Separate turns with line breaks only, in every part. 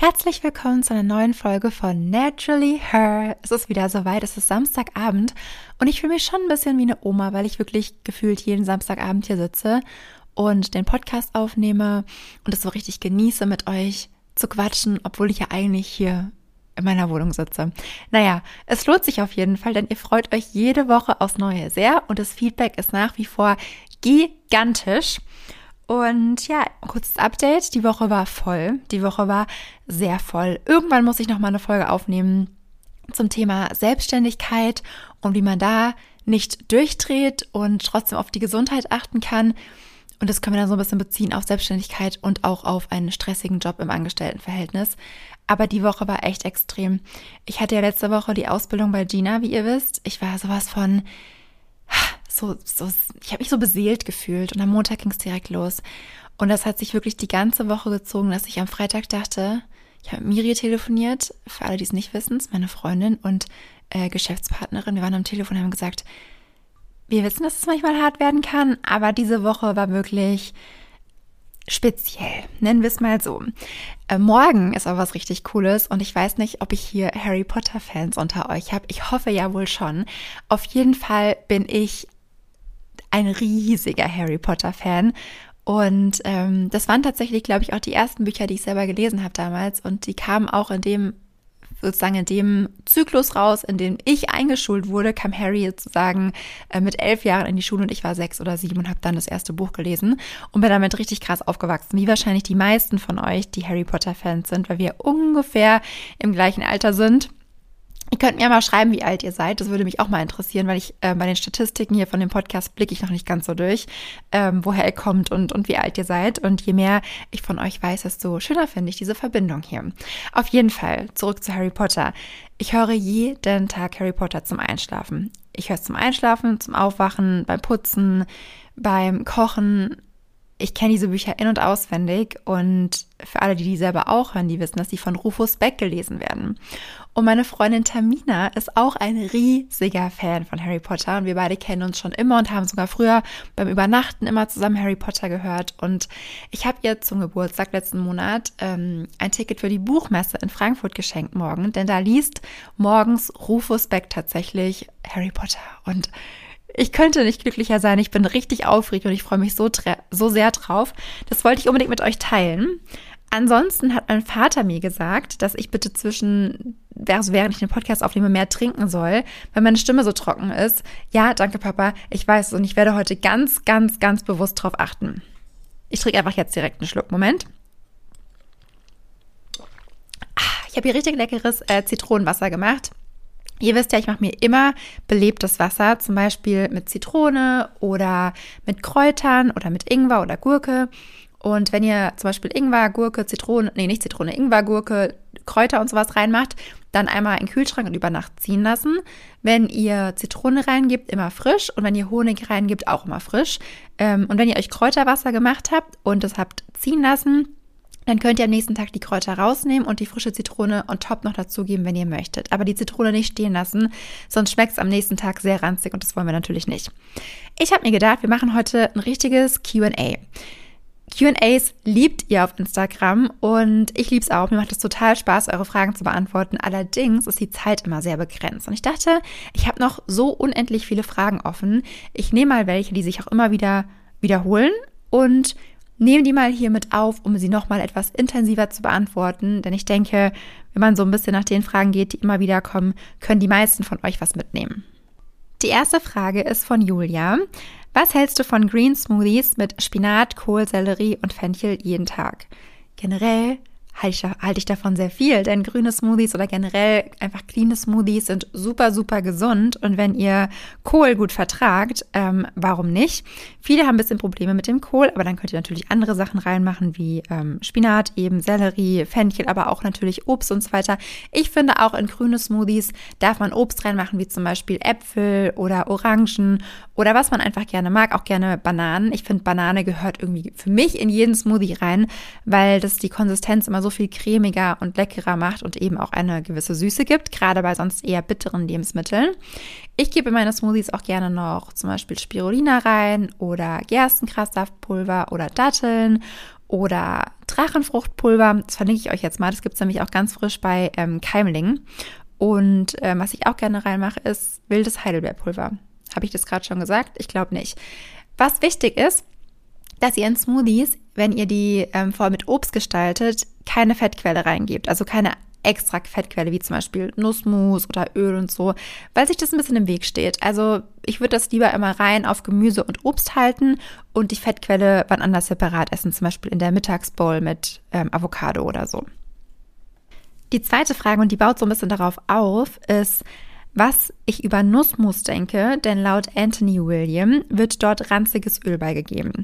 Herzlich willkommen zu einer neuen Folge von Naturally Her. Es ist wieder soweit, es ist Samstagabend und ich fühle mich schon ein bisschen wie eine Oma, weil ich wirklich gefühlt jeden Samstagabend hier sitze und den Podcast aufnehme und es so richtig genieße, mit euch zu quatschen, obwohl ich ja eigentlich hier in meiner Wohnung sitze. Naja, es lohnt sich auf jeden Fall, denn ihr freut euch jede Woche aufs Neue sehr und das Feedback ist nach wie vor gigantisch. Und ja, kurzes Update, die Woche war voll, die Woche war sehr voll. Irgendwann muss ich nochmal eine Folge aufnehmen zum Thema Selbstständigkeit und wie man da nicht durchdreht und trotzdem auf die Gesundheit achten kann. Und das können wir dann so ein bisschen beziehen auf Selbstständigkeit und auch auf einen stressigen Job im Angestelltenverhältnis. Aber die Woche war echt extrem. Ich hatte ja letzte Woche die Ausbildung bei Gina, wie ihr wisst. Ich war sowas von... ich habe mich so beseelt gefühlt und am Montag ging es direkt los. Und das hat sich wirklich die ganze Woche gezogen, dass ich am Freitag dachte, ich habe mit Miri telefoniert, für alle, die es nicht wissen, ist meine Freundin und Geschäftspartnerin. Wir waren am Telefon und haben gesagt, wir wissen, dass es manchmal hart werden kann, aber diese Woche war wirklich speziell, nennen wir es mal so. Morgen ist aber was richtig Cooles und ich weiß nicht, ob ich hier Harry Potter Fans unter euch habe. Ich hoffe ja wohl schon. Auf jeden Fall bin ich ein riesiger Harry Potter Fan und das waren tatsächlich, glaube ich, auch die ersten Bücher, die ich selber gelesen habe damals und die kamen auch in dem Zyklus raus, in dem ich eingeschult wurde, kam Harry sozusagen mit 11 Jahren in die Schule und ich war 6 oder 7 und habe dann das erste Buch gelesen und bin damit richtig krass aufgewachsen, wie wahrscheinlich die meisten von euch, die Harry Potter Fans sind, weil wir ungefähr im gleichen Alter sind. Ihr könnt mir mal schreiben, wie alt ihr seid. Das würde mich auch mal interessieren, weil ich bei den Statistiken hier von dem Podcast blicke ich noch nicht ganz so durch, woher ihr kommt und wie alt ihr seid. Und je mehr ich von euch weiß, desto schöner finde ich diese Verbindung hier. Auf jeden Fall, zurück zu Harry Potter. Ich höre jeden Tag Harry Potter zum Einschlafen. Ich höre es zum Einschlafen, zum Aufwachen, beim Putzen, beim Kochen. Ich kenne diese Bücher in- und auswendig und für alle, die selber auch hören, die wissen, dass sie von Rufus Beck gelesen werden. Und meine Freundin Tamina ist auch ein riesiger Fan von Harry Potter und wir beide kennen uns schon immer und haben sogar früher beim Übernachten immer zusammen Harry Potter gehört. Und ich habe ihr zum Geburtstag letzten Monat ein Ticket für die Buchmesse in Frankfurt geschenkt morgen, denn da liest morgens Rufus Beck tatsächlich Harry Potter und ich könnte nicht glücklicher sein. Ich bin richtig aufgeregt und ich freue mich so sehr drauf. Das wollte ich unbedingt mit euch teilen. Ansonsten hat mein Vater mir gesagt, dass ich bitte während ich den Podcast aufnehme, mehr trinken soll, weil meine Stimme so trocken ist. Ja, danke Papa, ich weiß es und ich werde heute ganz, ganz, ganz bewusst drauf achten. Ich trinke einfach jetzt direkt einen Schluck. Moment. Ich habe hier richtig leckeres Zitronenwasser gemacht. Ihr wisst ja, ich mache mir immer belebtes Wasser, zum Beispiel mit Zitrone oder mit Kräutern oder mit Ingwer oder Gurke. Und wenn ihr zum Beispiel Ingwer, Gurke, Ingwer, Gurke, Kräuter und sowas reinmacht, dann einmal in den Kühlschrank und über Nacht ziehen lassen. Wenn ihr Zitrone reingibt, immer frisch. Und wenn ihr Honig reingibt, auch immer frisch. Und wenn ihr euch Kräuterwasser gemacht habt und es habt ziehen lassen, dann könnt ihr am nächsten Tag die Kräuter rausnehmen und die frische Zitrone on top noch dazugeben, wenn ihr möchtet. Aber die Zitrone nicht stehen lassen, sonst schmeckt es am nächsten Tag sehr ranzig und das wollen wir natürlich nicht. Ich habe mir gedacht, wir machen heute ein richtiges Q&A. Q&As liebt ihr auf Instagram und ich liebe es auch. Mir macht es total Spaß, eure Fragen zu beantworten. Allerdings ist die Zeit immer sehr begrenzt. Und ich dachte, ich habe noch so unendlich viele Fragen offen. Ich nehme mal welche, die sich auch immer wieder wiederholen und nehme die mal hier mit auf, um sie nochmal etwas intensiver zu beantworten. Denn ich denke, wenn man so ein bisschen nach den Fragen geht, die immer wieder kommen, können die meisten von euch was mitnehmen. Die erste Frage ist von Julia. Was hältst du von Green Smoothies mit Spinat, Kohl, Sellerie und Fenchel jeden Tag? Generell halte ich davon sehr viel, denn grüne Smoothies oder generell einfach cleane Smoothies sind super, super gesund und wenn ihr Kohl gut vertragt, warum nicht? Viele haben ein bisschen Probleme mit dem Kohl, aber dann könnt ihr natürlich andere Sachen reinmachen, wie Spinat, eben Sellerie, Fenchel, aber auch natürlich Obst und so weiter. Ich finde auch in grüne Smoothies darf man Obst reinmachen, wie zum Beispiel Äpfel oder Orangen oder was man einfach gerne mag, auch gerne Bananen. Ich finde, Banane gehört irgendwie für mich in jeden Smoothie rein, weil das die Konsistenz immer so viel cremiger und leckerer macht und eben auch eine gewisse Süße gibt, gerade bei sonst eher bitteren Lebensmitteln. Ich gebe in meine Smoothies auch gerne noch zum Beispiel Spirulina rein oder Gerstengrassaftpulver oder Datteln oder Drachenfruchtpulver. Das verlinke ich euch jetzt mal. Das gibt es nämlich auch ganz frisch bei Keimling. Und was ich auch gerne reinmache, ist wildes Heidelbeerpulver. Habe ich das gerade schon gesagt? Ich glaube nicht. Was wichtig ist, dass ihr in Smoothies, wenn ihr die vorher mit Obst gestaltet, keine Fettquelle reingebt. Also keine extra Fettquelle, wie zum Beispiel Nussmus oder Öl und so, weil sich das ein bisschen im Weg steht. Also ich würde das lieber immer rein auf Gemüse und Obst halten und die Fettquelle wann anders separat essen, zum Beispiel in der Mittagsbowl mit Avocado oder so. Die zweite Frage, und die baut so ein bisschen darauf auf, ist, was ich über Nussmus denke, denn laut Anthony William wird dort ranziges Öl beigegeben.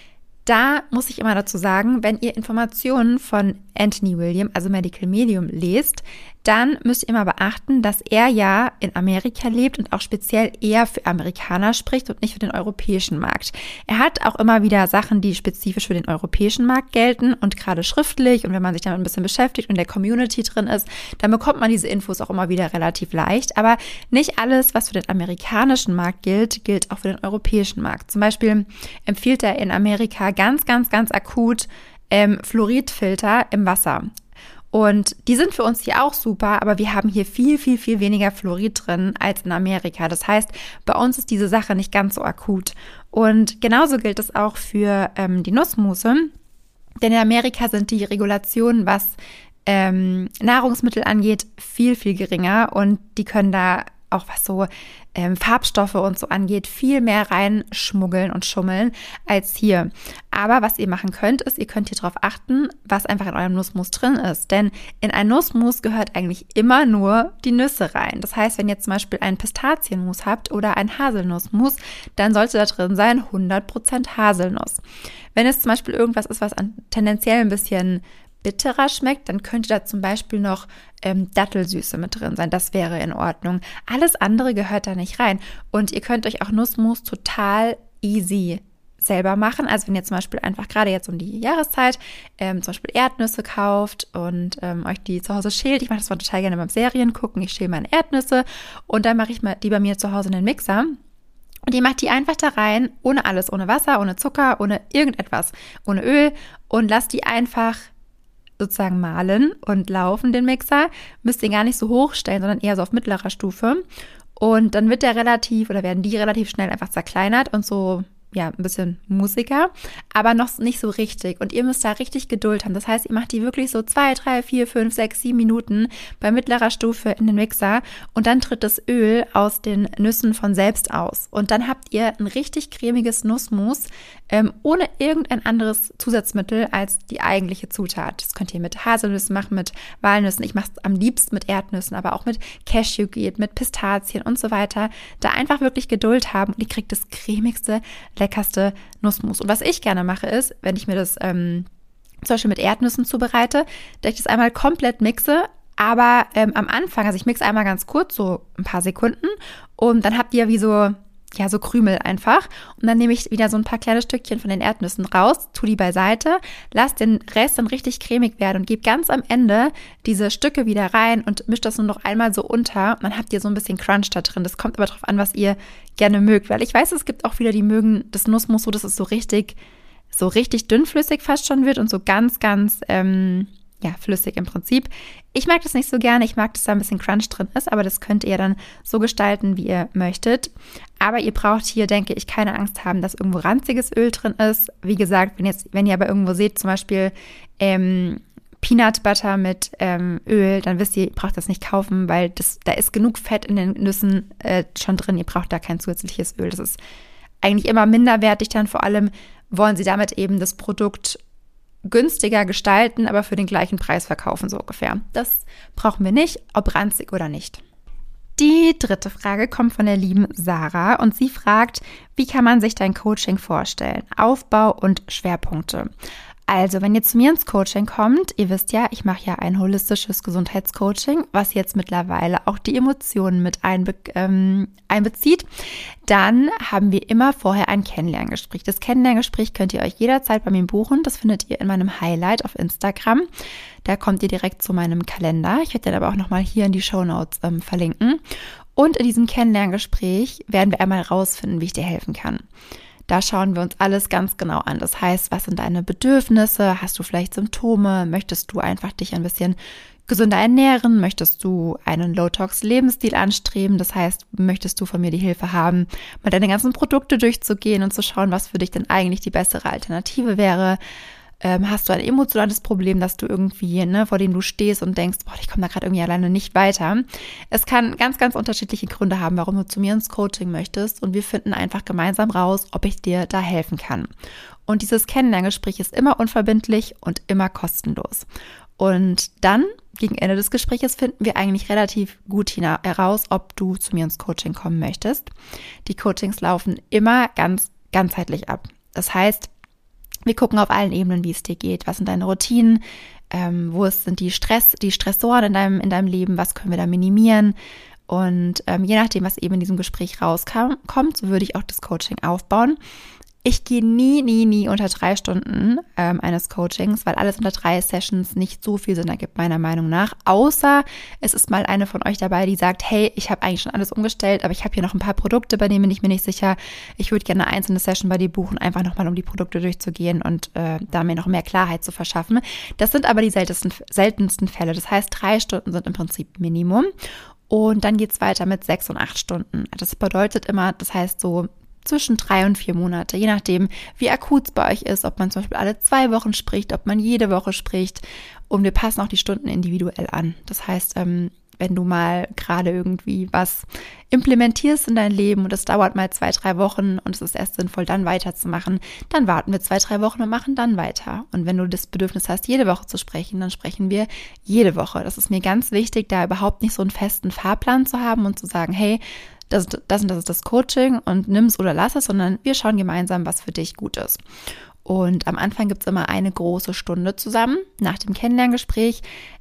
Da muss ich immer dazu sagen, wenn ihr Informationen von Anthony William, also Medical Medium, lest, dann müsst ihr immer beachten, dass er ja in Amerika lebt und auch speziell eher für Amerikaner spricht und nicht für den europäischen Markt. Er hat auch immer wieder Sachen, die spezifisch für den europäischen Markt gelten und gerade schriftlich und wenn man sich damit ein bisschen beschäftigt und in der Community drin ist, dann bekommt man diese Infos auch immer wieder relativ leicht. Aber nicht alles, was für den amerikanischen Markt gilt, gilt auch für den europäischen Markt. Zum Beispiel empfiehlt er in Amerika ganz akut Fluoridfilter im Wasser. Und die sind für uns hier auch super, aber wir haben hier viel weniger Fluorid drin als in Amerika. Das heißt, bei uns ist diese Sache nicht ganz so akut. Und genauso gilt es auch für die Nussmusse. Denn in Amerika sind die Regulationen, was Nahrungsmittel angeht, viel geringer. Und die können da auch was so Farbstoffe und so angeht, viel mehr reinschmuggeln und schummeln als hier. Aber was ihr machen könnt, ist, ihr könnt hier drauf achten, was einfach in eurem Nussmus drin ist. Denn in ein Nussmus gehört eigentlich immer nur die Nüsse rein. Das heißt, wenn ihr zum Beispiel einen Pistazienmus habt oder ein Haselnussmus, dann sollte da drin sein 100% Haselnuss. Wenn es zum Beispiel irgendwas ist, was tendenziell ein bisschen bitterer schmeckt, dann könnte da zum Beispiel noch Dattelsüße mit drin sein. Das wäre in Ordnung. Alles andere gehört da nicht rein. Und ihr könnt euch auch Nussmus total easy selber machen. Also wenn ihr zum Beispiel einfach gerade jetzt um die Jahreszeit zum Beispiel Erdnüsse kauft und euch die zu Hause schält. Ich mache das mal total gerne beim Serien gucken. Ich schäle meine Erdnüsse und dann mache ich die bei mir zu Hause in den Mixer. Und ihr macht die einfach da rein, ohne alles, ohne Wasser, ohne Zucker, ohne irgendetwas, ohne Öl und lasst die einfach sozusagen mahlen und laufen, den Mixer. Müsst ihr gar nicht so hoch stellen, sondern eher so auf mittlerer Stufe. Und dann werden die relativ schnell einfach zerkleinert und so, ja, ein bisschen musiker, aber noch nicht so richtig. Und ihr müsst da richtig Geduld haben. Das heißt, ihr macht die wirklich so 2, 3, 4, 5, 6, 7 Minuten bei mittlerer Stufe in den Mixer und dann tritt das Öl aus den Nüssen von selbst aus. Und dann habt ihr ein richtig cremiges Nussmus ohne irgendein anderes Zusatzmittel als die eigentliche Zutat. Das könnt ihr mit Haselnüssen machen, mit Walnüssen. Ich mache es am liebsten mit Erdnüssen, aber auch mit Cashew geht, mit Pistazien und so weiter. Da einfach wirklich Geduld haben und ihr kriegt das cremigste, leckerste Nussmus. Und was ich gerne mache ist, wenn ich mir das zum Beispiel mit Erdnüssen zubereite, dass ich das einmal komplett mixe, aber am Anfang, also ich mixe einmal ganz kurz, so ein paar Sekunden und dann habt ihr wie so Krümel einfach und dann nehme ich wieder so ein paar kleine Stückchen von den Erdnüssen raus, tue die beiseite, lasse den Rest dann richtig cremig werden und gebe ganz am Ende diese Stücke wieder rein und mische das nur noch einmal so unter. Dann habt ihr so ein bisschen Crunch da drin. Das kommt aber drauf an, was ihr gerne mögt, weil ich weiß, es gibt auch viele, die mögen das Nussmus so, dass es so richtig dünnflüssig fast schon wird und so ganz flüssig im Prinzip. Ich mag das nicht so gerne. Ich mag, dass da ein bisschen Crunch drin ist, aber das könnt ihr dann so gestalten, wie ihr möchtet. Aber ihr braucht hier, denke ich, keine Angst haben, dass irgendwo ranziges Öl drin ist. Wie gesagt, wenn ihr aber irgendwo seht, zum Beispiel Peanut Butter mit Öl, dann wisst ihr braucht das nicht kaufen, weil da ist genug Fett in den Nüssen schon drin. Ihr braucht da kein zusätzliches Öl. Das ist eigentlich immer minderwertig. Dann vor allem wollen sie damit eben das Produkt günstiger gestalten, aber für den gleichen Preis verkaufen, so ungefähr. Das brauchen wir nicht, ob ranzig oder nicht. Die dritte Frage kommt von der lieben Sarah und sie fragt, wie kann man sich dein Coaching vorstellen? Aufbau und Schwerpunkte. Also, wenn ihr zu mir ins Coaching kommt, ihr wisst ja, ich mache ja ein holistisches Gesundheitscoaching, was jetzt mittlerweile auch die Emotionen mit einbezieht, dann haben wir immer vorher ein Kennenlerngespräch. Das Kennenlerngespräch könnt ihr euch jederzeit bei mir buchen. Das findet ihr in meinem Highlight auf Instagram. Da kommt ihr direkt zu meinem Kalender. Ich werde den aber auch nochmal hier in die Shownotes verlinken. Und in diesem Kennenlerngespräch werden wir einmal rausfinden, wie ich dir helfen kann. Da schauen wir uns alles ganz genau an. Das heißt, was sind deine Bedürfnisse? Hast du vielleicht Symptome? Möchtest du einfach dich ein bisschen gesünder ernähren? Möchtest du einen Low-Tox-Lebensstil anstreben? Das heißt, möchtest du von mir die Hilfe haben, mal deine ganzen Produkte durchzugehen und zu schauen, was für dich denn eigentlich die bessere Alternative wäre? Hast du ein emotionales Problem, dass du irgendwie, vor dem du stehst und denkst, boah, ich komme da gerade irgendwie alleine nicht weiter. Es kann ganz, ganz unterschiedliche Gründe haben, warum du zu mir ins Coaching möchtest, und wir finden einfach gemeinsam raus, ob ich dir da helfen kann. Und dieses Kennenlerngespräch ist immer unverbindlich und immer kostenlos. Und dann, gegen Ende des Gesprächs, finden wir eigentlich relativ gut heraus, ob du zu mir ins Coaching kommen möchtest. Die Coachings laufen immer ganz ganzheitlich ab. Das heißt, wir gucken auf allen Ebenen, wie es dir geht. Was sind deine Routinen? Wo sind die Stressoren in deinem Leben? Was können wir da minimieren? Und je nachdem, was eben in diesem Gespräch rauskommt, so würde ich auch das Coaching aufbauen. Ich gehe nie unter 3 Stunden eines Coachings, weil alles unter 3 Sessions nicht so viel Sinn ergibt, meiner Meinung nach. Außer es ist mal eine von euch dabei, die sagt, hey, ich habe eigentlich schon alles umgestellt, aber ich habe hier noch ein paar Produkte, bei denen bin ich mir nicht sicher. Ich würde gerne eine einzelne Session bei dir buchen, einfach nochmal um die Produkte durchzugehen und da mir noch mehr Klarheit zu verschaffen. Das sind aber die seltensten Fälle. Das heißt, 3 Stunden sind im Prinzip Minimum. Und dann geht es weiter mit 6 und 8 Stunden. Das bedeutet immer, das heißt so zwischen 3 und 4 Monate, je nachdem, wie akut es bei euch ist, ob man zum Beispiel alle 2 Wochen spricht, ob man jede Woche spricht. Und wir passen auch die Stunden individuell an. Das heißt, wenn du mal gerade irgendwie was implementierst in dein Leben und es dauert mal 2, 3 Wochen und es ist erst sinnvoll, dann weiterzumachen, dann warten wir 2, 3 Wochen und machen dann weiter. Und wenn du das Bedürfnis hast, jede Woche zu sprechen, dann sprechen wir jede Woche. Das ist mir ganz wichtig, da überhaupt nicht so einen festen Fahrplan zu haben und zu sagen, hey, das ist das Coaching und nimm's oder lass es, sondern wir schauen gemeinsam, was für dich gut ist. Und am Anfang gibt es immer eine große Stunde zusammen nach dem Kennenlerngespräch.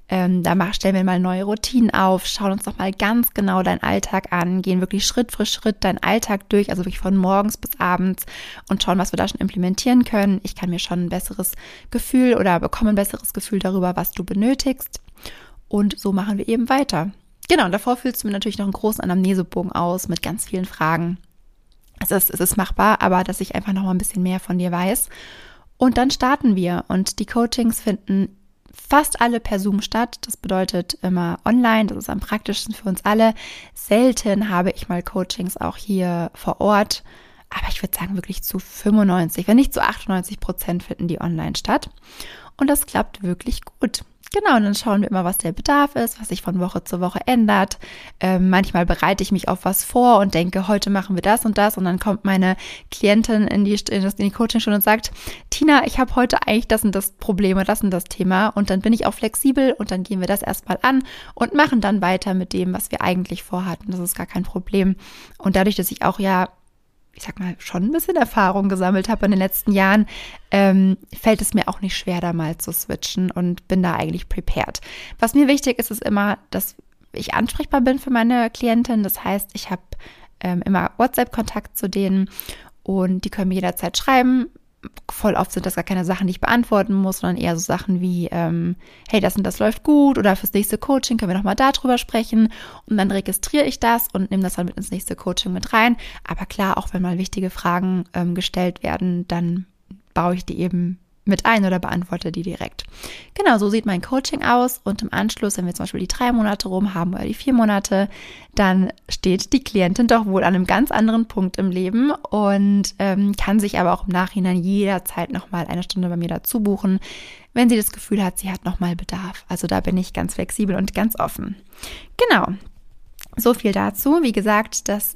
Da stellen wir mal neue Routinen auf, schauen uns noch mal ganz genau deinen Alltag an, gehen wirklich Schritt für Schritt deinen Alltag durch, also wirklich von morgens bis abends, und schauen, was wir da schon implementieren können. Ich kann mir schon ein besseres Gefühl oder bekomme ein besseres Gefühl darüber, was du benötigst. Und so machen wir eben weiter. Genau, und davor füllst du mir natürlich noch einen großen Anamnesebogen aus mit ganz vielen Fragen. Es ist machbar, aber dass ich einfach noch mal ein bisschen mehr von dir weiß. Und dann starten wir. Und die Coachings finden fast alle per Zoom statt. Das bedeutet immer online. Das ist am praktischsten für uns alle. Selten habe ich mal Coachings auch hier vor Ort. Aber ich würde sagen, wirklich zu 95, wenn nicht zu 98% finden die online statt. Und das klappt wirklich gut. Genau, und dann schauen wir immer, was der Bedarf ist, was sich von Woche zu Woche ändert. Manchmal bereite ich mich auf was vor und denke, heute machen wir das, und dann kommt meine Klientin in die Coachingstunde und sagt, Tina, ich habe heute eigentlich das und das Problem und das Thema, und dann bin ich auch flexibel und dann gehen wir das erstmal an und machen dann weiter mit dem, was wir eigentlich vorhatten. Das ist gar kein Problem. Und dadurch, dass ich auch schon ein bisschen Erfahrung gesammelt habe in den letzten Jahren, fällt es mir auch nicht schwer, da mal zu switchen, und bin da eigentlich prepared. Was mir wichtig ist, ist immer, dass ich ansprechbar bin für meine Klientin. Das heißt, ich habe immer WhatsApp-Kontakt zu denen und die können mir jederzeit schreiben. Voll oft sind das gar keine Sachen, die ich beantworten muss, sondern eher so Sachen wie, hey, das und das läuft gut, oder fürs nächste Coaching können wir nochmal darüber sprechen, und dann registriere ich das und nehme das dann mit ins nächste Coaching mit rein. Aber klar, auch wenn mal wichtige Fragen gestellt werden, dann baue ich die eben mit ein oder beantworte die direkt. Genau, so sieht mein Coaching aus, und im Anschluss, wenn wir zum Beispiel die 3 Monate rum haben oder die 4 Monate, dann steht die Klientin doch wohl an einem ganz anderen Punkt im Leben und kann sich aber auch im Nachhinein jederzeit nochmal eine Stunde bei mir dazu buchen, wenn sie das Gefühl hat, sie hat nochmal Bedarf. Also da bin ich ganz flexibel und ganz offen. Genau, so viel dazu. Wie gesagt, das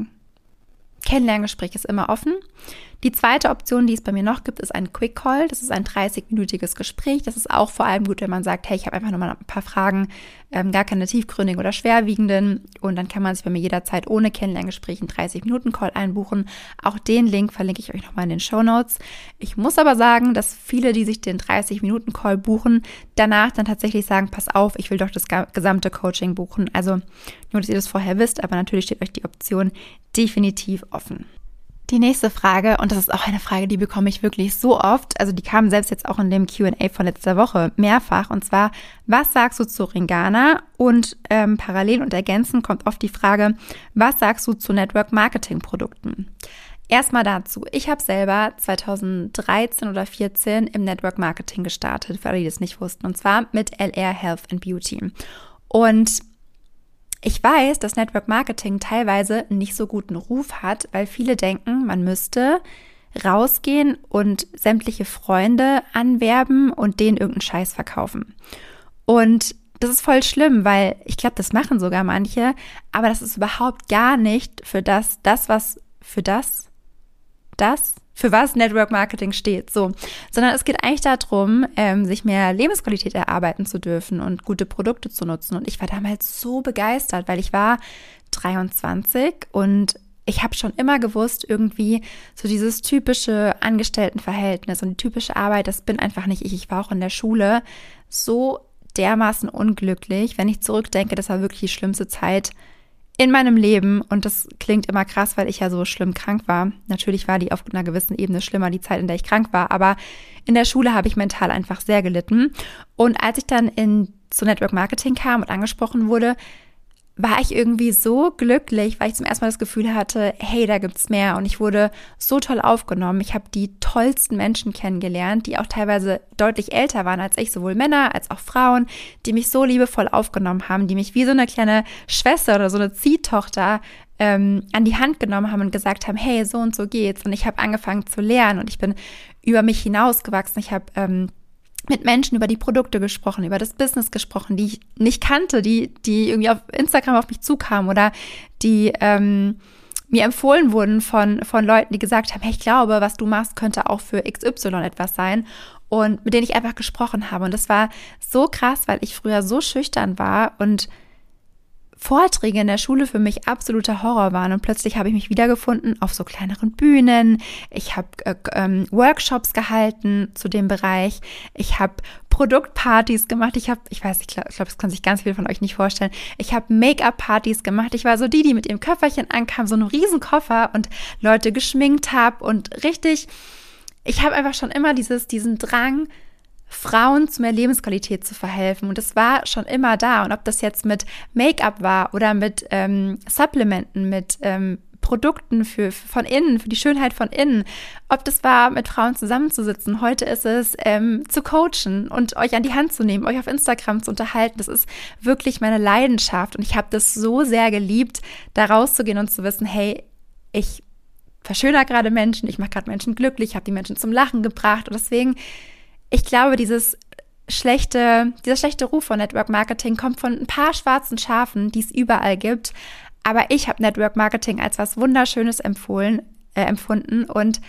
Kennenlerngespräch ist immer offen. Die zweite Option, die es bei mir noch gibt, ist ein Quick Call. Das ist ein 30-minütiges Gespräch. Das ist auch vor allem gut, wenn man sagt, hey, ich habe einfach nochmal ein paar Fragen, gar keine tiefgründigen oder schwerwiegenden. Und dann kann man sich bei mir jederzeit ohne Kennenlerngespräch einen 30-Minuten-Call einbuchen. Auch den Link verlinke ich euch nochmal in den Shownotes. Ich muss aber sagen, dass viele, die sich den 30-Minuten-Call buchen, danach dann tatsächlich sagen, pass auf, ich will doch das gesamte Coaching buchen. Also nur, dass ihr das vorher wisst, aber natürlich steht euch die Option definitiv offen. Die nächste Frage, und das ist auch eine Frage, die bekomme ich wirklich so oft, also die kam selbst jetzt auch in dem Q&A von letzter Woche mehrfach, und zwar, was sagst du zu Ringana? Und parallel und ergänzend kommt oft die Frage, was sagst du zu Network-Marketing-Produkten? Erstmal dazu. Ich habe selber 2013 oder 2014 im Network Marketing gestartet, für alle, die das nicht wussten. Und zwar mit LR Health and Beauty. Und ich weiß, dass Network Marketing teilweise nicht so guten Ruf hat, weil viele denken, man müsste rausgehen und sämtliche Freunde anwerben und denen irgendeinen Scheiß verkaufen. Und das ist voll schlimm, weil ich glaube, das machen sogar manche, aber das ist überhaupt gar nicht für was Network Marketing steht, so, sondern es geht eigentlich darum, sich mehr Lebensqualität erarbeiten zu dürfen und gute Produkte zu nutzen. Und ich war damals so begeistert, weil ich war 23 und ich habe schon immer gewusst, irgendwie so dieses typische Angestelltenverhältnis und die typische Arbeit, das bin einfach nicht ich. Ich war auch in der Schule so dermaßen unglücklich. Wenn ich zurückdenke, das war wirklich die schlimmste Zeit in meinem Leben. Und das klingt immer krass, weil ich ja so schlimm krank war. Natürlich war die auf einer gewissen Ebene schlimmer, die Zeit, in der ich krank war. Aber in der Schule habe ich mental einfach sehr gelitten. Und als ich dann zu Network Marketing kam und angesprochen wurde, war ich irgendwie so glücklich, weil ich zum ersten Mal das Gefühl hatte, hey, da gibt's mehr. Und ich wurde so toll aufgenommen. Ich habe die tollsten Menschen kennengelernt, die auch teilweise deutlich älter waren als ich, sowohl Männer als auch Frauen, die mich so liebevoll aufgenommen haben, die mich wie so eine kleine Schwester oder so eine Ziehtochter an die Hand genommen haben und gesagt haben, hey, so und so geht's. Und ich habe angefangen zu lernen und ich bin über mich hinausgewachsen. Ich habe mit Menschen über die Produkte gesprochen, über das Business gesprochen, die ich nicht kannte, die irgendwie auf Instagram auf mich zukamen oder die mir empfohlen wurden von Leuten, die gesagt haben, hey, ich glaube, was du machst, könnte auch für XY etwas sein, und mit denen ich einfach gesprochen habe. Und das war so krass, weil ich früher so schüchtern war und Vorträge in der Schule für mich absoluter Horror waren, und plötzlich habe ich mich wiedergefunden auf so kleineren Bühnen. Ich habe Workshops gehalten zu dem Bereich. Ich habe Produktpartys gemacht. Ich glaube, das kann sich ganz viele von euch nicht vorstellen. Ich habe Make-up-Partys gemacht. Ich war so die mit ihrem Köfferchen ankam, so einem riesen Koffer und Leute geschminkt habe und richtig, ich habe einfach schon immer diesen Drang, Frauen zu mehr Lebensqualität zu verhelfen. Und das war schon immer da. Und ob das jetzt mit Make-up war oder mit Supplementen, mit Produkten von innen, für die Schönheit von innen, ob das war, mit Frauen zusammenzusitzen. Heute ist es zu coachen und euch an die Hand zu nehmen, euch auf Instagram zu unterhalten. Das ist wirklich meine Leidenschaft. Und ich habe das so sehr geliebt, da rauszugehen und zu wissen, hey, ich verschönere gerade Menschen, ich mache gerade Menschen glücklich, ich habe die Menschen zum Lachen gebracht. Und deswegen, ich glaube, dieser schlechte Ruf von Network Marketing kommt von ein paar schwarzen Schafen, die es überall gibt. Aber ich habe Network Marketing als was Wunderschönes empfunden. Und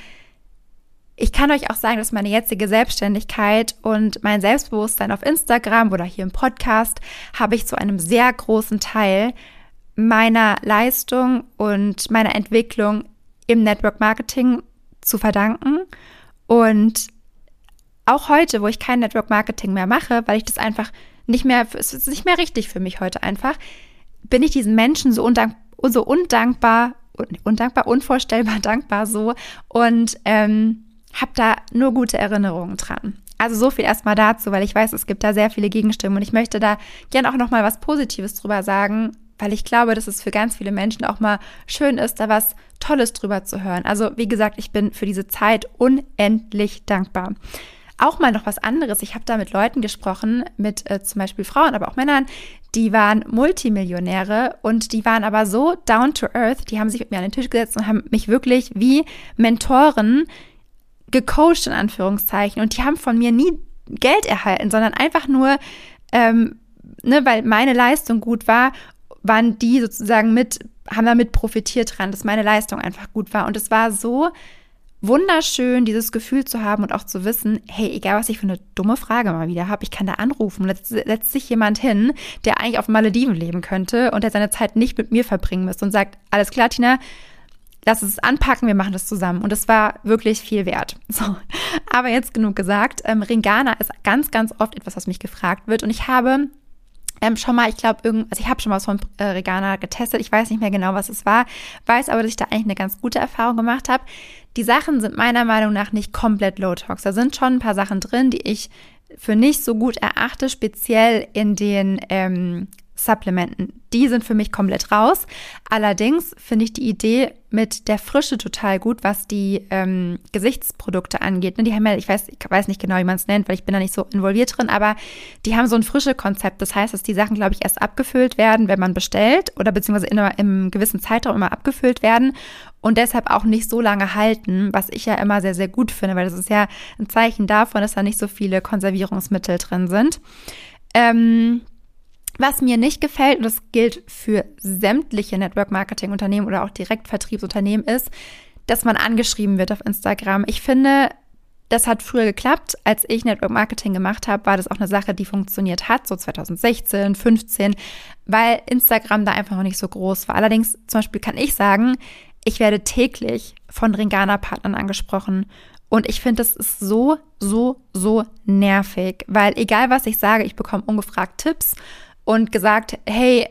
ich kann euch auch sagen, dass meine jetzige Selbstständigkeit und mein Selbstbewusstsein auf Instagram oder hier im Podcast habe ich zu einem sehr großen Teil meiner Leistung und meiner Entwicklung im Network Marketing zu verdanken. Und auch heute, wo ich kein Network Marketing mehr mache, weil ich das einfach es ist nicht mehr richtig für mich heute einfach, bin ich diesen Menschen so unvorstellbar dankbar so und habe da nur gute Erinnerungen dran. Also so viel erstmal dazu, weil ich weiß, es gibt da sehr viele Gegenstimmen und ich möchte da gerne auch nochmal was Positives drüber sagen, weil ich glaube, dass es für ganz viele Menschen auch mal schön ist, da was Tolles drüber zu hören. Also wie gesagt, ich bin für diese Zeit unendlich dankbar. Auch mal noch was anderes. Ich habe da mit Leuten gesprochen, mit zum Beispiel Frauen, aber auch Männern, die waren Multimillionäre und die waren aber so down to earth, die haben sich mit mir an den Tisch gesetzt und haben mich wirklich wie Mentoren gecoacht, in Anführungszeichen. Und die haben von mir nie Geld erhalten, sondern einfach nur, weil meine Leistung gut war, waren die sozusagen haben damit profitiert dran, dass meine Leistung einfach gut war. Und es war so wunderschön, dieses Gefühl zu haben und auch zu wissen, hey, egal was ich für eine dumme Frage mal wieder habe, ich kann da anrufen. Setzt sich jemand hin, der eigentlich auf Malediven leben könnte und der seine Zeit nicht mit mir verbringen müsste und sagt, alles klar, Tina, lass es anpacken, wir machen das zusammen. Und es war wirklich viel wert. So, aber jetzt genug gesagt. Ringana ist ganz, ganz oft etwas, was mich gefragt wird. Und ich habe schon mal, ich habe schon mal was von Ringana getestet. Ich weiß nicht mehr genau, was es war, weiß aber, dass ich da eigentlich eine ganz gute Erfahrung gemacht habe. Die Sachen sind meiner Meinung nach nicht komplett Low-Tox. Da sind schon ein paar Sachen drin, die ich für nicht so gut erachte, speziell in den supplementen. Die sind für mich komplett raus. Allerdings finde ich die Idee mit der Frische total gut, was die Gesichtsprodukte angeht. Die haben ja, ich weiß nicht genau, wie man es nennt, weil ich bin da nicht so involviert drin, aber die haben so ein Frische-Konzept. Das heißt, dass die Sachen, glaube ich, erst abgefüllt werden, wenn man bestellt oder beziehungsweise im gewissen Zeitraum immer abgefüllt werden und deshalb auch nicht so lange halten, was ich ja immer sehr, sehr gut finde, weil das ist ja ein Zeichen davon, dass da nicht so viele Konservierungsmittel drin sind. Was mir nicht gefällt, und das gilt für sämtliche Network-Marketing-Unternehmen oder auch Direktvertriebsunternehmen, ist, dass man angeschrieben wird auf Instagram. Ich finde, das hat früher geklappt. Als ich Network-Marketing gemacht habe, war das auch eine Sache, die funktioniert hat, so 2016, 15, weil Instagram da einfach noch nicht so groß war. Allerdings zum Beispiel kann ich sagen, ich werde täglich von Ringana-Partnern angesprochen. Und ich finde, das ist so nervig, weil egal, was ich sage, ich bekomme ungefragt Tipps und gesagt, hey,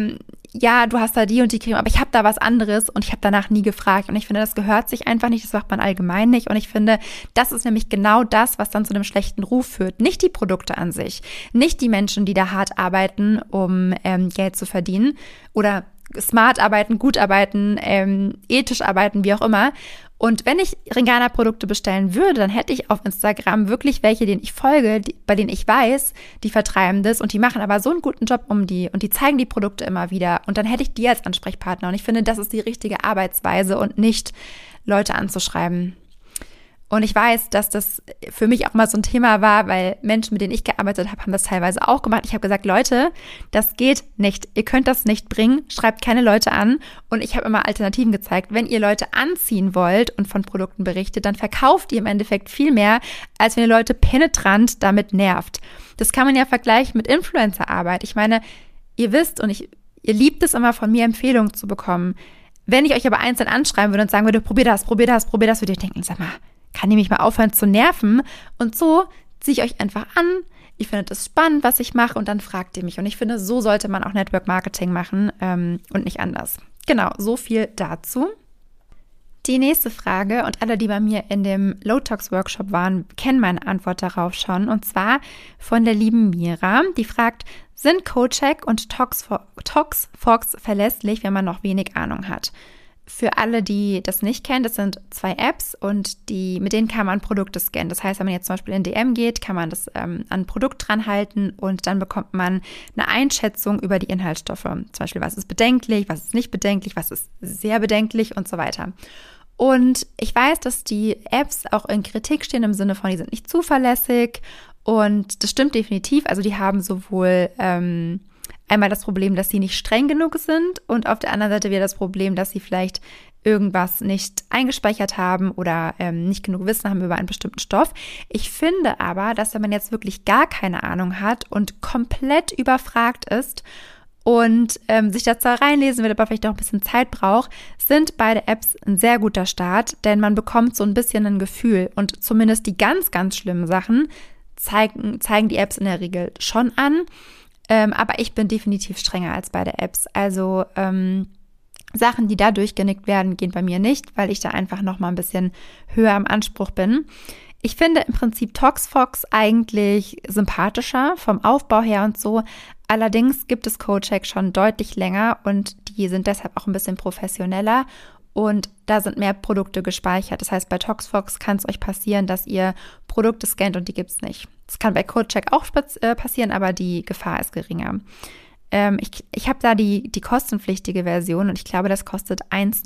ja, du hast da die und die Creme, aber ich habe da was anderes und ich habe danach nie gefragt. Und ich finde, das gehört sich einfach nicht, das macht man allgemein nicht. Und ich finde, das ist nämlich genau das, was dann zu einem schlechten Ruf führt. Nicht die Produkte an sich, nicht die Menschen, die da hart arbeiten, um Geld zu verdienen oder smart arbeiten, gut arbeiten, ethisch arbeiten, wie auch immer. Und wenn ich Ringana-Produkte bestellen würde, dann hätte ich auf Instagram wirklich welche, denen ich folge, bei denen ich weiß, die vertreiben das und die machen aber so einen guten Job und die zeigen die Produkte immer wieder. Und dann hätte ich die als Ansprechpartner. Und ich finde, das ist die richtige Arbeitsweise und nicht Leute anzuschreiben. Und ich weiß, dass das für mich auch mal so ein Thema war, weil Menschen, mit denen ich gearbeitet habe, haben das teilweise auch gemacht. Ich habe gesagt, Leute, das geht nicht. Ihr könnt das nicht bringen. Schreibt keine Leute an. Und ich habe immer Alternativen gezeigt. Wenn ihr Leute anziehen wollt und von Produkten berichtet, dann verkauft ihr im Endeffekt viel mehr, als wenn ihr Leute penetrant damit nervt. Das kann man ja vergleichen mit Influencer-Arbeit. Ich meine, ihr wisst und ihr liebt es immer, von mir Empfehlungen zu bekommen. Wenn ich euch aber einzeln anschreiben würde und sagen würde, probier das, würde ich denken, sag mal, kann ich mich mal aufhören zu nerven? Und so ziehe ich euch einfach an. Ihr findet es spannend, was ich mache und dann fragt ihr mich. Und ich finde, so sollte man auch Network Marketing machen und nicht anders. Genau, so viel dazu. Die nächste Frage, und alle, die bei mir in dem Low Tox Workshop waren, kennen meine Antwort darauf schon. Und zwar von der lieben Mira. Die fragt, sind CoCheck und ToxFox verlässlich, wenn man noch wenig Ahnung hat? Für alle, die das nicht kennen, das sind 2 Apps und mit denen kann man Produkte scannen. Das heißt, wenn man jetzt zum Beispiel in DM geht, kann man das an ein Produkt dran halten und dann bekommt man eine Einschätzung über die Inhaltsstoffe. Zum Beispiel, was ist bedenklich, was ist nicht bedenklich, was ist sehr bedenklich und so weiter. Und ich weiß, dass die Apps auch in Kritik stehen im Sinne von, die sind nicht zuverlässig und das stimmt definitiv. Also die haben sowohl einmal das Problem, dass sie nicht streng genug sind und auf der anderen Seite wieder das Problem, dass sie vielleicht irgendwas nicht eingespeichert haben oder nicht genug Wissen haben über einen bestimmten Stoff. Ich finde aber, dass wenn man jetzt wirklich gar keine Ahnung hat und komplett überfragt ist und sich da zwar reinlesen will, aber vielleicht auch ein bisschen Zeit braucht, sind beide Apps ein sehr guter Start, denn man bekommt so ein bisschen ein Gefühl und zumindest die ganz, ganz schlimmen Sachen zeigen die Apps in der Regel schon an. Aber ich bin definitiv strenger als beide Apps. Also Sachen, die da durchgenickt werden, gehen bei mir nicht, weil ich da einfach noch mal ein bisschen höher im Anspruch bin. Ich finde im Prinzip ToxFox eigentlich sympathischer vom Aufbau her und so. Allerdings gibt es CoCheck schon deutlich länger und die sind deshalb auch ein bisschen professioneller. Und da sind mehr Produkte gespeichert. Das heißt, bei ToxFox kann es euch passieren, dass ihr Produkte scannt und die gibt es nicht. Das kann bei CoCheck auch passieren, aber die Gefahr ist geringer. Ich habe da die kostenpflichtige Version und ich glaube, das kostet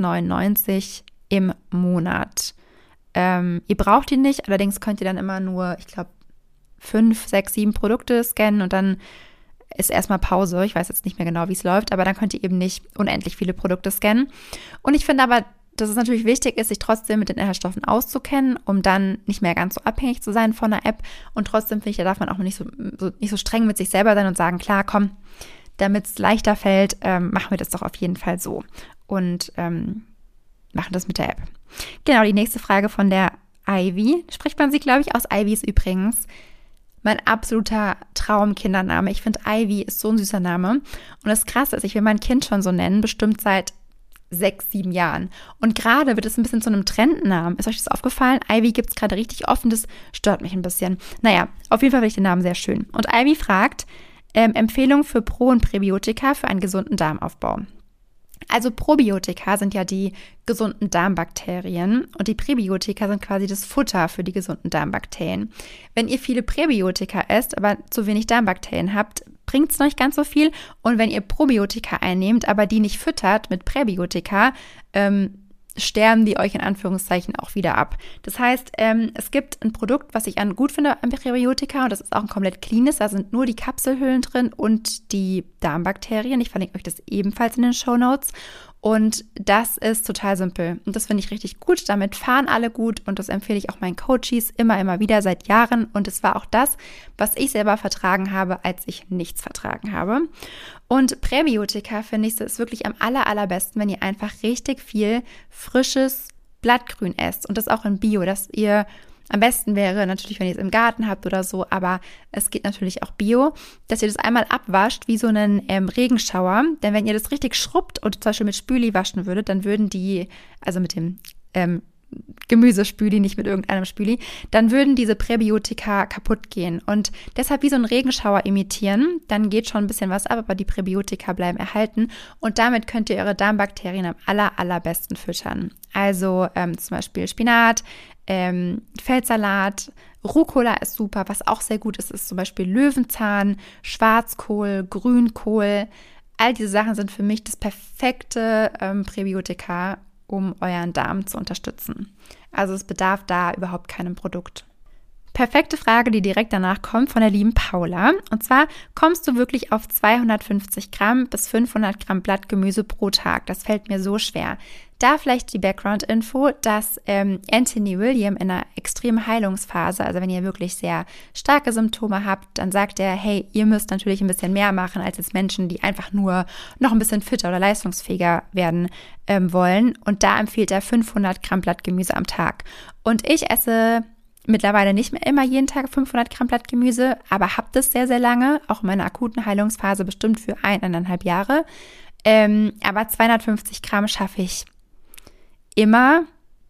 1,99 im Monat. Ihr braucht die nicht, allerdings könnt ihr dann immer nur, ich glaube, 5, 6, 7 Produkte scannen und dann ist erstmal Pause. Ich weiß jetzt nicht mehr genau, wie es läuft, aber dann könnt ihr eben nicht unendlich viele Produkte scannen. Und ich finde aber, dass es natürlich wichtig ist, sich trotzdem mit den Inhaltsstoffen auszukennen, um dann nicht mehr ganz so abhängig zu sein von einer App. Und trotzdem finde ich, da darf man auch nicht so streng mit sich selber sein und sagen, klar, komm, damit es leichter fällt, machen wir das doch auf jeden Fall so. Und machen das mit der App. Genau, die nächste Frage von der Ivy. Spricht man sie, glaube ich, aus. Ivy ist übrigens mein absoluter Traumkindername. Ich finde, Ivy ist so ein süßer Name. Und das Krasse ist, ich will mein Kind schon so nennen, bestimmt seit 6, 7 Jahren. Und gerade wird es ein bisschen zu einem Trendnamen. Ist euch das aufgefallen? Ivy gibt es gerade richtig oft und das stört mich ein bisschen. Naja, auf jeden Fall finde ich den Namen sehr schön. Und Ivy fragt, Empfehlung für Pro- und Präbiotika für einen gesunden Darmaufbau. Also Probiotika sind ja die gesunden Darmbakterien und die Präbiotika sind quasi das Futter für die gesunden Darmbakterien. Wenn ihr viele Präbiotika esst, aber zu wenig Darmbakterien habt, bringt es noch nicht ganz so viel. Und wenn ihr Probiotika einnehmt, aber die nicht füttert mit Präbiotika, sterben die euch in Anführungszeichen auch wieder ab. Das heißt, es gibt ein Produkt, was ich gut finde an Präbiotika und das ist auch ein komplett cleanes. Da sind nur die Kapselhüllen drin und die Darmbakterien. Ich verlinke euch das ebenfalls in den Shownotes. Und das ist total simpel. Und das finde ich richtig gut. Damit fahren alle gut und das empfehle ich auch meinen Coaches immer wieder seit Jahren. Und es war auch das, was ich selber vertragen habe, als ich nichts vertragen habe. Und Präbiotika, finde ich, ist wirklich am allerbesten, wenn ihr einfach richtig viel frisches Blattgrün esst. Und das auch in Bio, dass ihr am besten wäre natürlich, wenn ihr es im Garten habt oder so, aber es geht natürlich auch Bio, dass ihr das einmal abwascht wie so einen Regenschauer. Denn wenn ihr das richtig schrubbt und zum Beispiel mit Spüli waschen würdet, dann würden die, also mit dem Gemüsespüli, nicht mit irgendeinem Spüli, dann würden diese Präbiotika kaputt gehen. Und deshalb wie so einen Regenschauer imitieren, dann geht schon ein bisschen was ab, aber die Präbiotika bleiben erhalten. Und damit könnt ihr eure Darmbakterien am allerbesten füttern. Also zum Beispiel Spinat, Feldsalat, Rucola ist super. Was auch sehr gut ist, ist zum Beispiel Löwenzahn, Schwarzkohl, Grünkohl. All diese Sachen sind für mich das perfekte Präbiotika, um euren Darm zu unterstützen. Also es bedarf da überhaupt keinem Produkt. Perfekte Frage, die direkt danach kommt von der lieben Paula. Und zwar, kommst du wirklich auf 250 Gramm bis 500 Gramm Blattgemüse pro Tag? Das fällt mir so schwer. Da vielleicht die Background-Info, dass Anthony William in einer extremen Heilungsphase, also wenn ihr wirklich sehr starke Symptome habt, dann sagt er, hey, ihr müsst natürlich ein bisschen mehr machen als jetzt Menschen, die einfach nur noch ein bisschen fitter oder leistungsfähiger werden wollen. Und da empfiehlt er 500 Gramm Blattgemüse am Tag. Und ich esse mittlerweile nicht mehr immer jeden Tag 500 Gramm Blattgemüse, aber habe das sehr lange, auch in meiner akuten Heilungsphase bestimmt für 1,5 Jahre. Aber 250 Gramm schaffe ich immer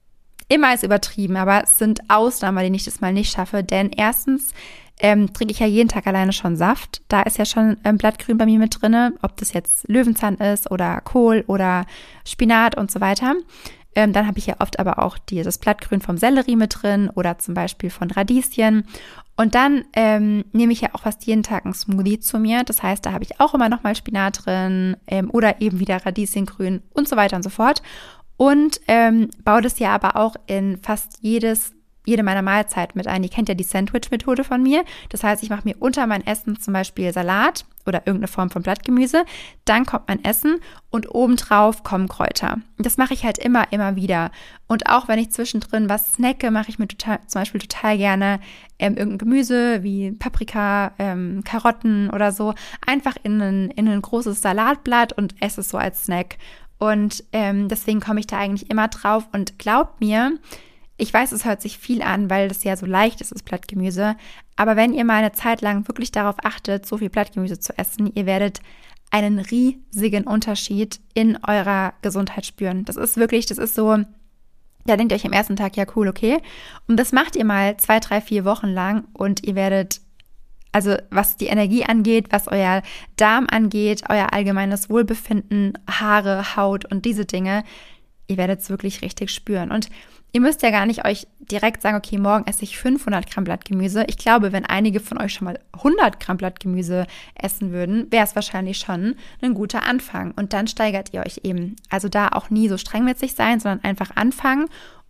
ist übertrieben, aber es sind Ausnahmen, bei denen ich das mal nicht schaffe, denn erstens trinke ich ja jeden Tag alleine schon Saft. Da ist ja schon Blattgrün bei mir mit drin, ob das jetzt Löwenzahn ist oder Kohl oder Spinat und so weiter. Dann habe ich ja oft aber auch das Blattgrün vom Sellerie mit drin oder zum Beispiel von Radieschen. Und dann nehme ich ja auch fast jeden Tag einen Smoothie zu mir. Das heißt, da habe ich auch immer nochmal Spinat drin oder eben wieder Radieschengrün und so weiter und so fort. Und baue das ja aber auch in fast jede meiner Mahlzeiten mit ein. Ihr kennt ja die Sandwich-Methode von mir. Das heißt, ich mache mir unter mein Essen zum Beispiel Salat oder irgendeine Form von Blattgemüse. Dann kommt mein Essen und obendrauf kommen Kräuter. Das mache ich halt immer wieder. Und auch wenn ich zwischendrin was snacke, mache ich mir zum Beispiel total gerne irgendein Gemüse wie Paprika, Karotten oder so einfach in ein großes Salatblatt und esse es so als Snack. Und deswegen komme ich da eigentlich immer drauf. Und glaubt mir, ich weiß, es hört sich viel an, weil das ja so leicht ist, das Blattgemüse. Aber wenn ihr mal eine Zeit lang wirklich darauf achtet, so viel Blattgemüse zu essen, ihr werdet einen riesigen Unterschied in eurer Gesundheit spüren. Das ist so, da denkt ihr euch am ersten Tag, ja cool, okay. Und das macht ihr mal 2, 3, 4 Wochen lang und ihr werdet, also was die Energie angeht, was euer Darm angeht, euer allgemeines Wohlbefinden, Haare, Haut und diese Dinge, ihr werdet es wirklich richtig spüren. Und ihr müsst ja gar nicht euch direkt sagen, okay, morgen esse ich 500 Gramm Blattgemüse. Ich glaube, wenn einige von euch schon mal 100 Gramm Blattgemüse essen würden, wäre es wahrscheinlich schon ein guter Anfang. Und dann steigert ihr euch eben. Also da auch nie so streng mit sich sein, sondern einfach anfangen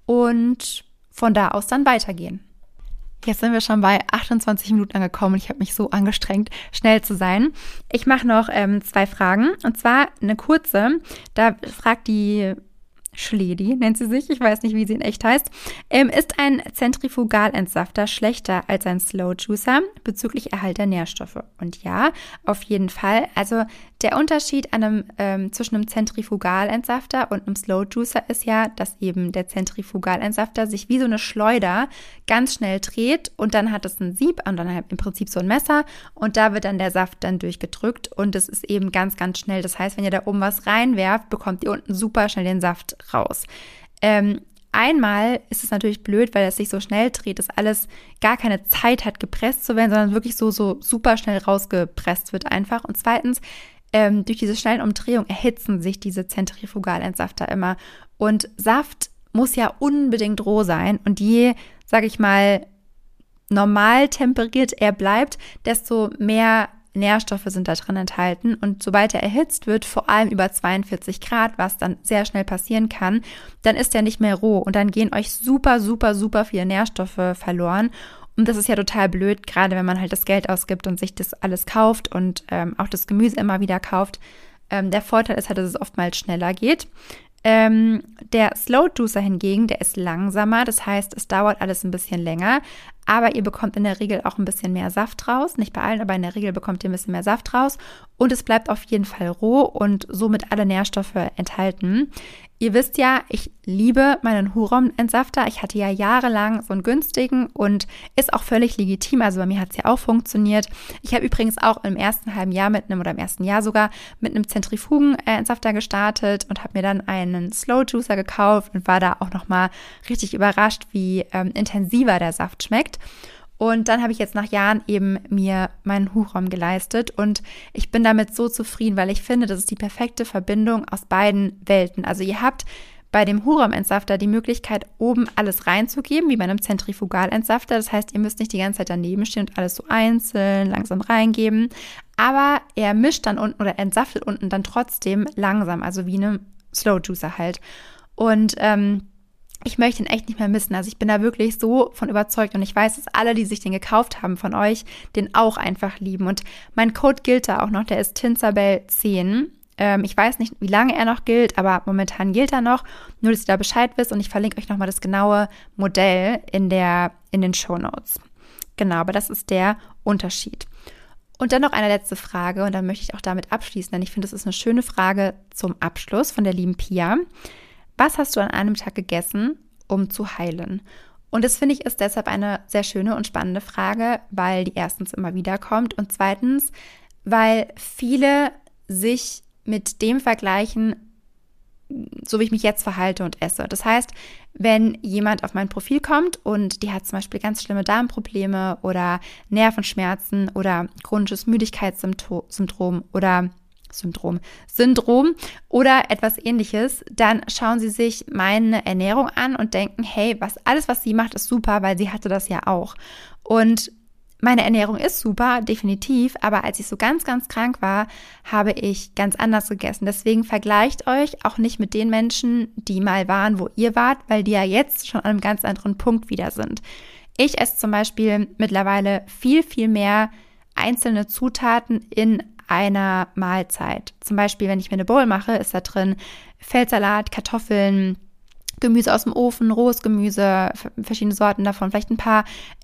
und von da aus dann weitergehen. Jetzt sind wir schon bei 28 Minuten angekommen und ich habe mich so angestrengt, schnell zu sein. Ich mache noch 2 Fragen und zwar eine kurze. Da fragt die Schledi, nennt sie sich, ich weiß nicht, wie sie in echt heißt. Ist ein Zentrifugalentsafter schlechter als ein Slow Juicer bezüglich Erhalt der Nährstoffe? Und ja, auf jeden Fall. Also der Unterschied zwischen einem Zentrifugalentsafter und einem Slow Juicer ist ja, dass eben der Zentrifugalentsafter sich wie so eine Schleuder ganz schnell dreht und dann hat es ein Sieb und dann halt im Prinzip so ein Messer und da wird dann der Saft dann durchgedrückt und es ist eben ganz schnell. Das heißt, wenn ihr da oben was reinwerft, bekommt ihr unten super schnell den Saft raus. einmal ist es natürlich blöd, weil es sich so schnell dreht, dass alles gar keine Zeit hat, gepresst zu werden, sondern wirklich so super schnell rausgepresst wird einfach. Und zweitens, durch diese schnellen Umdrehungen erhitzen sich diese Zentrifugalentsafter immer. Und Saft muss ja unbedingt roh sein. Und je, sage ich mal, normal temperiert er bleibt, desto mehr Nährstoffe sind da drin enthalten. Und sobald er erhitzt wird, vor allem über 42 Grad, was dann sehr schnell passieren kann, dann ist er nicht mehr roh. Und dann gehen euch super, super, super viele Nährstoffe verloren. Und das ist ja total blöd, gerade wenn man halt das Geld ausgibt und sich das alles kauft und auch das Gemüse immer wieder kauft. Der Vorteil ist halt, dass es oftmals schneller geht. Der Slow Juicer hingegen, der ist langsamer, das heißt, es dauert alles ein bisschen länger, aber ihr bekommt in der Regel auch ein bisschen mehr Saft raus. Nicht bei allen, aber in der Regel bekommt ihr ein bisschen mehr Saft raus und es bleibt auf jeden Fall roh und somit alle Nährstoffe enthalten. Ihr wisst ja, ich liebe meinen Hurom-Entsafter. Ich hatte ja jahrelang so einen günstigen und ist auch völlig legitim. Also bei mir hat es ja auch funktioniert. Ich habe übrigens auch im ersten halben Jahr im ersten Jahr sogar mit einem Zentrifugen-Entsafter gestartet und habe mir dann einen Slow Juicer gekauft und war da auch nochmal richtig überrascht, wie intensiver der Saft schmeckt. Und dann habe ich jetzt nach Jahren eben mir meinen Hurom geleistet und ich bin damit so zufrieden, weil ich finde, das ist die perfekte Verbindung aus beiden Welten. Also ihr habt bei dem Hurom-Entsafter die Möglichkeit, oben alles reinzugeben, wie bei einem Zentrifugalentsafter. Das heißt, ihr müsst nicht die ganze Zeit daneben stehen und alles so einzeln langsam reingeben. Aber er mischt dann unten oder entsaftet unten dann trotzdem langsam, also wie einem Slow Juicer halt. Und ich möchte ihn echt nicht mehr missen. Also ich bin da wirklich so von überzeugt und ich weiß, dass alle, die sich den gekauft haben von euch, den auch einfach lieben. Und mein Code gilt da auch noch, der ist Tinsabel10. Ich weiß nicht, wie lange er noch gilt, aber momentan gilt er noch. Nur, dass ihr da Bescheid wisst und ich verlinke euch nochmal das genaue Modell in den Shownotes. Genau, aber das ist der Unterschied. Und dann noch eine letzte Frage und dann möchte ich auch damit abschließen, denn ich finde, das ist eine schöne Frage zum Abschluss von der lieben Pia. Was hast du an einem Tag gegessen, um zu heilen? Und das finde ich ist deshalb eine sehr schöne und spannende Frage, weil die erstens immer wieder kommt und zweitens, weil viele sich mit dem vergleichen, so wie ich mich jetzt verhalte und esse. Das heißt, wenn jemand auf mein Profil kommt und die hat zum Beispiel ganz schlimme Darmprobleme oder Nervenschmerzen oder chronisches Müdigkeitssyndrom oder Syndrom oder etwas Ähnliches, dann schauen sie sich meine Ernährung an und denken, hey, alles, was sie macht, ist super, weil sie hatte das ja auch. Und meine Ernährung ist super, definitiv, aber als ich so ganz, ganz krank war, habe ich ganz anders gegessen. Deswegen vergleicht euch auch nicht mit den Menschen, die mal waren, wo ihr wart, weil die ja jetzt schon an einem ganz anderen Punkt wieder sind. Ich esse zum Beispiel mittlerweile viel, viel mehr einzelne Zutaten in einer Mahlzeit. Zum Beispiel, wenn ich mir eine Bowl mache, ist da drin Feldsalat, Kartoffeln, Gemüse aus dem Ofen, rohes Gemüse, verschiedene Sorten davon, vielleicht ein paar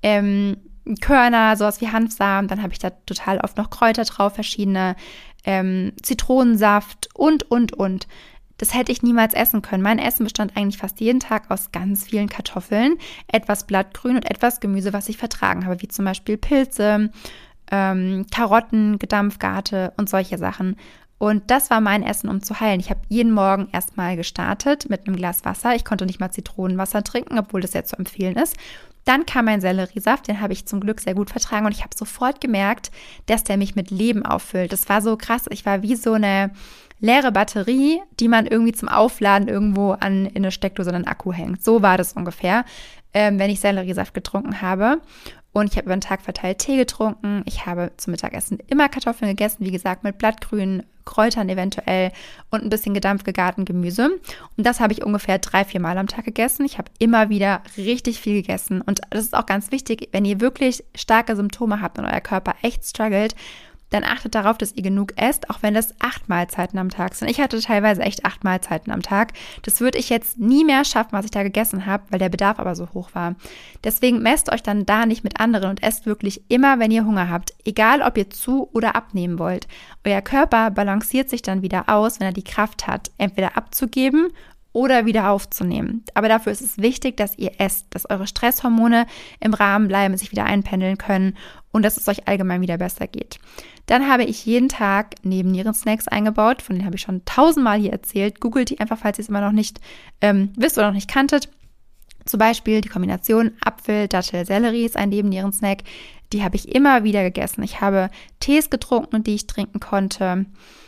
Körner, sowas wie Hanfsamen. Dann habe ich da total oft noch Kräuter drauf, verschiedene Zitronensaft und. Das hätte ich niemals essen können. Mein Essen bestand eigentlich fast jeden Tag aus ganz vielen Kartoffeln, etwas Blattgrün und etwas Gemüse, was ich vertragen habe, wie zum Beispiel Pilze, Karotten, Gedampfgarte und solche Sachen. Und das war mein Essen, um zu heilen. Ich habe jeden Morgen erstmal gestartet mit einem Glas Wasser. Ich konnte nicht mal Zitronenwasser trinken, obwohl das ja zu empfehlen ist. Dann kam mein Selleriesaft, den habe ich zum Glück sehr gut vertragen und ich habe sofort gemerkt, dass der mich mit Leben auffüllt. Das war so krass. Ich war wie so eine leere Batterie, die man irgendwie zum Aufladen irgendwo in eine Steckdose oder einen Akku hängt. So war das ungefähr, wenn ich Selleriesaft getrunken habe. Und ich habe über den Tag verteilt Tee getrunken. Ich habe zum Mittagessen immer Kartoffeln gegessen, wie gesagt, mit Blattgrün, Kräutern eventuell und ein bisschen gedampft gegarten Gemüse. Und das habe ich ungefähr 3-4 Mal am Tag gegessen. Ich habe immer wieder richtig viel gegessen. Und das ist auch ganz wichtig, wenn ihr wirklich starke Symptome habt und euer Körper echt struggelt, dann achtet darauf, dass ihr genug esst, auch wenn das 8 Mahlzeiten am Tag sind. Ich hatte teilweise echt 8 Mahlzeiten am Tag. Das würde ich jetzt nie mehr schaffen, was ich da gegessen habe, weil der Bedarf aber so hoch war. Deswegen messt euch dann da nicht mit anderen und esst wirklich immer, wenn ihr Hunger habt. Egal, ob ihr zu- oder abnehmen wollt. Euer Körper balanciert sich dann wieder aus, wenn er die Kraft hat, entweder abzugeben oder wieder aufzunehmen. Aber dafür ist es wichtig, dass ihr esst, dass eure Stresshormone im Rahmen bleiben, sich wieder einpendeln können und dass es euch allgemein wieder besser geht. Dann habe ich jeden Tag Nebennierensnacks eingebaut, von denen habe ich schon 1000-mal hier erzählt. Googelt die einfach, falls ihr es immer noch nicht wisst oder noch nicht kanntet. Zum Beispiel die Kombination Apfel, Dattel, Sellerie ist ein Nebennierensnack. Die habe ich immer wieder gegessen. Ich habe Tees getrunken, die ich trinken konnte.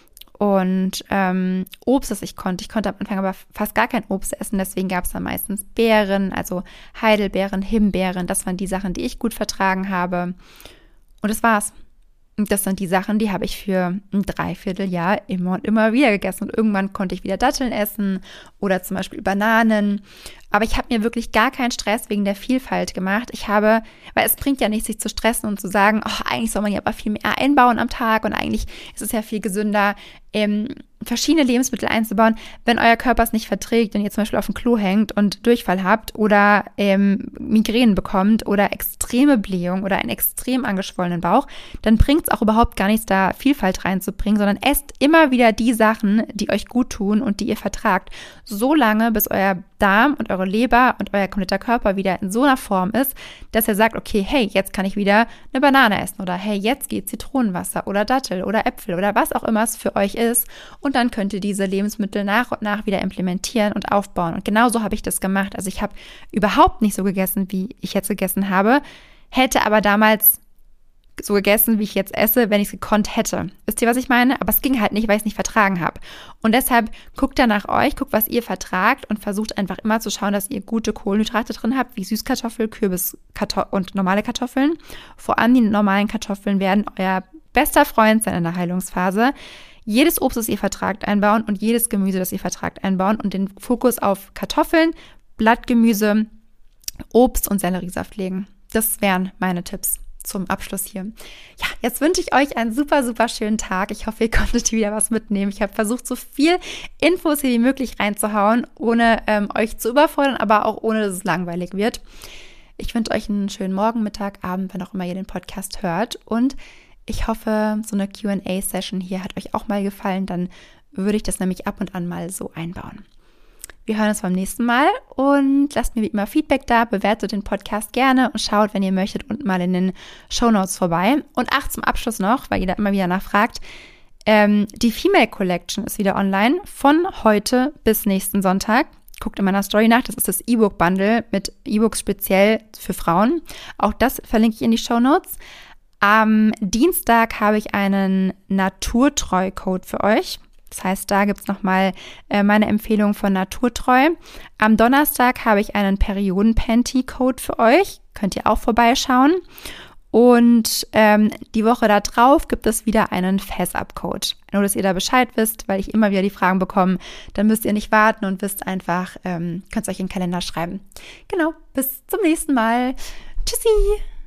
Und Obst, das ich konnte. Ich konnte am Anfang aber fast gar kein Obst essen. Deswegen gab es dann meistens Beeren, also Heidelbeeren, Himbeeren. Das waren die Sachen, die ich gut vertragen habe. Und das war's. Und das sind die Sachen, die habe ich für ein Dreivierteljahr immer und immer wieder gegessen. Und irgendwann konnte ich wieder Datteln essen oder zum Beispiel Bananen. Aber ich habe mir wirklich gar keinen Stress wegen der Vielfalt gemacht. Weil es bringt ja nichts, sich zu stressen und zu sagen, oh, eigentlich soll man ja aber viel mehr einbauen am Tag und eigentlich ist es ja viel gesünder, verschiedene Lebensmittel einzubauen, wenn euer Körper es nicht verträgt und ihr zum Beispiel auf dem Klo hängt und Durchfall habt oder Migränen bekommt oder extreme Blähung oder einen extrem angeschwollenen Bauch, dann bringt es auch überhaupt gar nichts, da Vielfalt reinzubringen, sondern esst immer wieder die Sachen, die euch gut tun und die ihr vertragt, so lange, bis euer Darm und eure Leber und euer kompletter Körper wieder in so einer Form ist, dass er sagt, okay, hey, jetzt kann ich wieder eine Banane essen oder hey, jetzt geht Zitronenwasser oder Dattel oder Äpfel oder was auch immer es für euch ist und dann könnt ihr diese Lebensmittel nach und nach wieder implementieren und aufbauen und genauso habe ich das gemacht. Also ich habe überhaupt nicht so gegessen, wie ich jetzt gegessen habe, hätte aber damals so gegessen, wie ich jetzt esse, wenn ich es gekonnt hätte. Wisst ihr, was ich meine? Aber es ging halt nicht, weil ich es nicht vertragen habe. Und deshalb guckt da nach euch, guckt, was ihr vertragt und versucht einfach immer zu schauen, dass ihr gute Kohlenhydrate drin habt, wie Süßkartoffel, Kürbis und normale Kartoffeln. Vor allem die normalen Kartoffeln werden euer bester Freund sein in der Heilungsphase. Jedes Obst, das ihr vertragt, einbauen und jedes Gemüse, das ihr vertragt, einbauen und den Fokus auf Kartoffeln, Blattgemüse, Obst und Selleriesaft legen. Das wären meine Tipps zum Abschluss hier. Ja, jetzt wünsche ich euch einen super, super schönen Tag. Ich hoffe, ihr konntet wieder was mitnehmen. Ich habe versucht, so viel Infos hier wie möglich reinzuhauen, ohne euch zu überfordern, aber auch ohne, dass es langweilig wird. Ich wünsche euch einen schönen Morgen, Mittag, Abend, wann auch immer ihr den Podcast hört. Und ich hoffe, so eine Q&A-Session hier hat euch auch mal gefallen. Dann würde ich das nämlich ab und an mal so einbauen. Wir hören uns beim nächsten Mal und lasst mir wie immer Feedback da, bewertet den Podcast gerne und schaut, wenn ihr möchtet, unten mal in den Shownotes vorbei. Und zum Abschluss noch, weil ihr da immer wieder nachfragt, die Female Collection ist wieder online von heute bis nächsten Sonntag. Guckt in meiner Story nach, das ist das E-Book-Bundle mit E-Books speziell für Frauen. Auch das verlinke ich in die Shownotes. Am Dienstag habe ich einen Naturtreu-Code für euch. Das heißt, da gibt es nochmal meine Empfehlung von Naturtreu. Am Donnerstag habe ich einen Perioden-Panty-Code für euch. Könnt ihr auch vorbeischauen. Und die Woche da drauf gibt es wieder einen Fess-Up-Code. Nur, dass ihr da Bescheid wisst, weil ich immer wieder die Fragen bekomme. Dann müsst ihr nicht warten und wisst einfach, könnt es euch in den Kalender schreiben. Genau, bis zum nächsten Mal. Tschüssi!